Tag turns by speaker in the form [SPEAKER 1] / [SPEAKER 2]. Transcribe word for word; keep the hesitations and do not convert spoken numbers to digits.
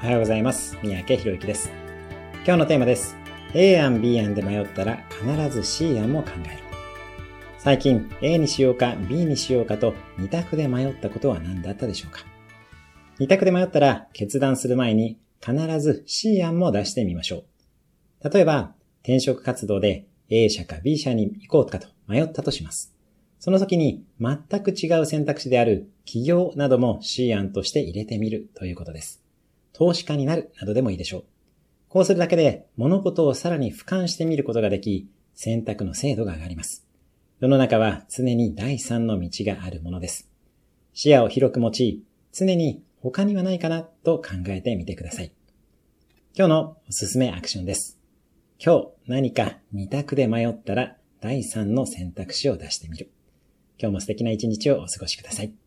[SPEAKER 1] おはようございます。三宅宏之です。今日のテーマです。A 案 B 案で迷ったら必ず C 案も考える。最近 A にしようか B にしようかとに択で迷ったことは何だったでしょうか。に択で迷ったら決断する前に必ず C 案も出してみましょう。例えば転職活動で A 社か B 社に行こうかと迷ったとします。その時に全く違う選択肢である起業なども C 案として入れてみるということです。投資家になるなどでもいいでしょう。こうするだけで物事をさらに俯瞰してみることができ、選択の精度が上がります。世の中は常に第三の道があるものです。視野を広く持ち、常に他にはないかなと考えてみてください。今日のおすすめアクションです。今日何かに択で迷ったら第三の選択肢を出してみる。今日も素敵な一日をお過ごしください。